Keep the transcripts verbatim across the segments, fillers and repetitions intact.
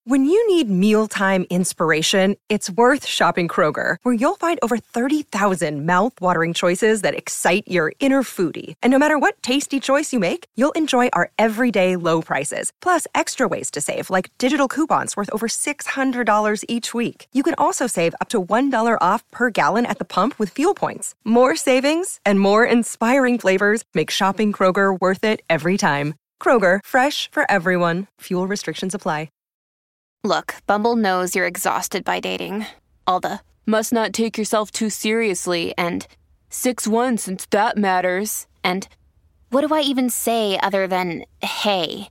When you need mealtime inspiration, it's worth shopping Kroger, where you'll find over thirty thousand mouth-watering choices that excite your inner foodie. And no matter what tasty choice you make, you'll enjoy our everyday low prices, plus extra ways to save, like digital coupons worth over six hundred dollars each week. You can also save up to one dollar off per gallon at the pump with fuel points. More savings and more inspiring flavors make shopping Kroger worth it every time. Kroger, fresh for everyone. Fuel restrictions apply. Look, Bumble knows you're exhausted by dating. All the, must not take yourself too seriously, and six one since that matters, and what do I even say other than, hey?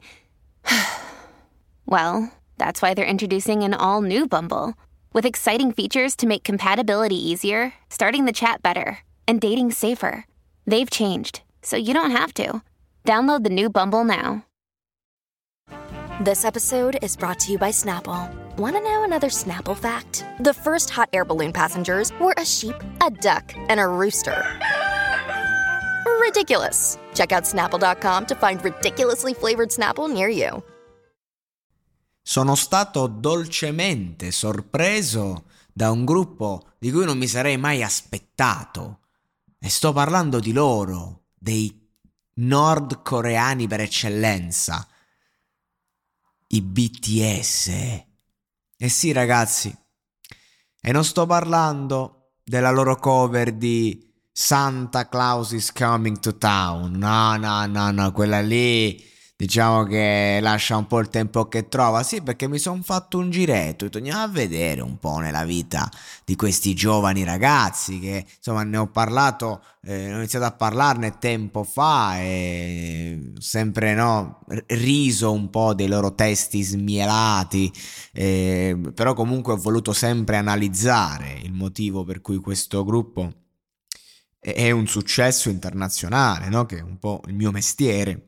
Well, that's why they're introducing an all-new Bumble, with exciting features to make compatibility easier, starting the chat better, and dating safer. They've changed, so you don't have to. Download the new Bumble now. This episode is brought to you by Snapple. Want to know another Snapple fact? The first hot air balloon passengers were a sheep, a duck, and a rooster. Ridiculous. Check out snapple dot com to find ridiculously flavored Snapple near you. Sono stato dolcemente sorpreso da un gruppo di cui non mi sarei mai aspettato. E sto parlando di loro, dei nordcoreani per eccellenza. I B T S. Eh sì, ragazzi, e non sto parlando della loro cover di Santa Claus is Coming to Town. No, no, no, no, quella lì diciamo che lascia un po' il tempo che trova. Sì, perché mi sono fatto un giretto, andiamo a vedere un po' nella vita di questi giovani ragazzi che insomma ne ho parlato, eh, ho iniziato a parlarne tempo fa e sempre no riso un po' dei loro testi smielati, eh, però comunque ho voluto sempre analizzare il motivo per cui questo gruppo è, è un successo internazionale, no? Che è un po' il mio mestiere.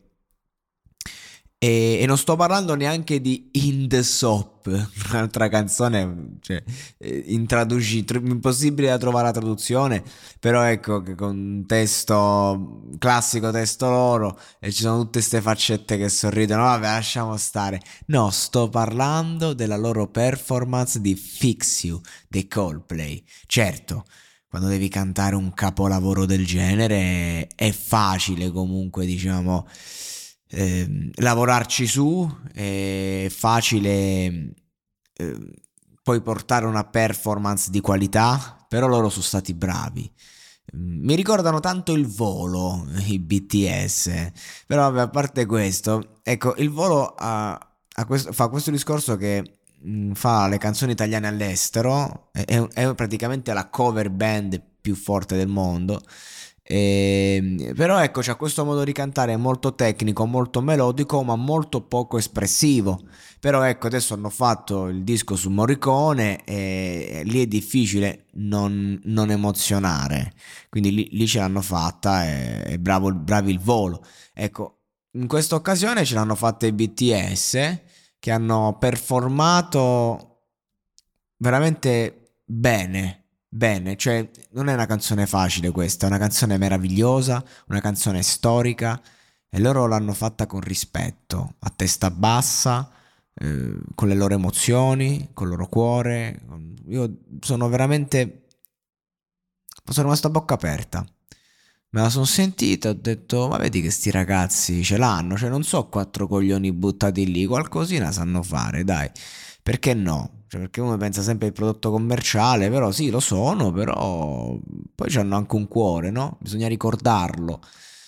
E, e non sto parlando neanche di In The Soap, un'altra canzone, cioè, intraduci- impossibile da trovare la traduzione, però ecco che con un testo, classico testo loro, e ci sono tutte queste faccette che sorridono, vabbè lasciamo stare. No, sto parlando della loro performance di Fix You dei Coldplay. Certo, quando devi cantare un capolavoro del genere è facile comunque, diciamo, Eh, lavorarci su, è facile eh, poi portare una performance di qualità, però loro sono stati bravi. Mi ricordano tanto Il Volo, i B T S, però vabbè, a parte questo, ecco, Il Volo ha, ha questo, fa questo discorso che mh, fa le canzoni italiane all'estero, è, è praticamente la cover band più forte del mondo. E, però ecco, c'ha questo modo di cantare molto tecnico, molto melodico, ma molto poco espressivo. Però ecco, adesso hanno fatto il disco su Morricone e lì è difficile non, non emozionare, quindi lì, lì ce l'hanno fatta e, e bravo, bravi Il Volo. Ecco, in questa occasione ce l'hanno fatta i B T S, che hanno performato veramente bene. Bene, cioè non è una canzone facile questa, è una canzone meravigliosa, una canzone storica, e loro l'hanno fatta con rispetto, a testa bassa, eh, con le loro emozioni, con il loro cuore. Io sono veramente, sono rimasto a bocca aperta, me la sono sentita, ho detto ma vedi che sti ragazzi ce l'hanno, cioè non so quattro coglioni buttati lì, qualcosina sanno fare, dai, perché no? Cioè, perché uno pensa sempre al prodotto commerciale, però sì, lo sono, però poi c'hanno anche un cuore, no? Bisogna ricordarlo.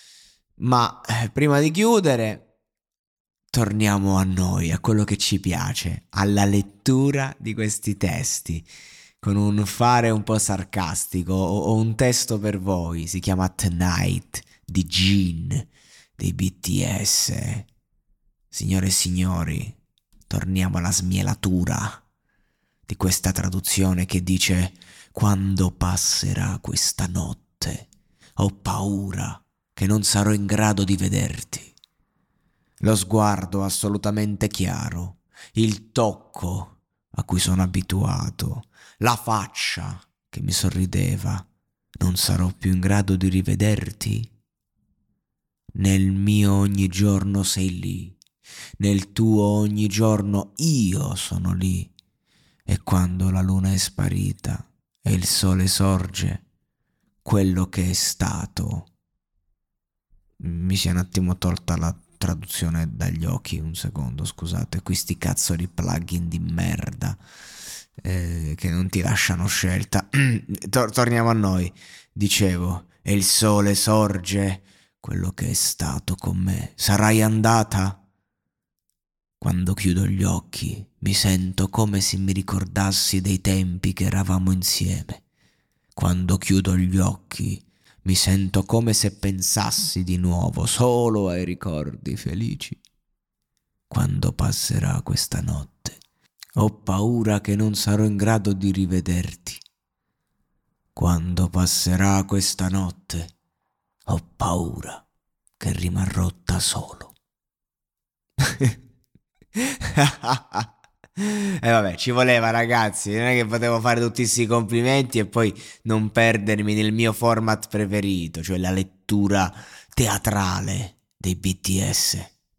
Ma eh, prima di chiudere, torniamo a noi, a quello che ci piace, alla lettura di questi testi, con un fare un po' sarcastico. Ho, ho un testo per voi, si chiama Tonight, di Gene, dei B T S. Signore e signori, torniamo alla smielatura di questa traduzione che dice: quando passerà questa notte, ho paura che non sarò in grado di vederti. Lo sguardo assolutamente chiaro, il tocco a cui sono abituato, la faccia che mi sorrideva, non sarò più in grado di rivederti? Nel mio ogni giorno sei lì, nel tuo ogni giorno io sono lì, e quando la luna è sparita e il sole sorge, quello che è stato. Mi si è un attimo tolta la traduzione dagli occhi, un secondo, scusate, questi cazzo di plugin di merda eh, che non ti lasciano scelta. Tor- torniamo a noi. Dicevo, e il sole sorge, quello che è stato con me. Sarai andata? Quando chiudo gli occhi mi sento come se mi ricordassi dei tempi che eravamo insieme. Quando chiudo gli occhi mi sento come se pensassi di nuovo solo ai ricordi felici. Quando passerà questa notte, ho paura che non sarò in grado di rivederti. Quando passerà questa notte, ho paura che rimarrò da solo. E eh vabbè, ci voleva, ragazzi, non è che potevo fare tutti questi complimenti e poi non perdermi nel mio format preferito, cioè la lettura teatrale dei B T S.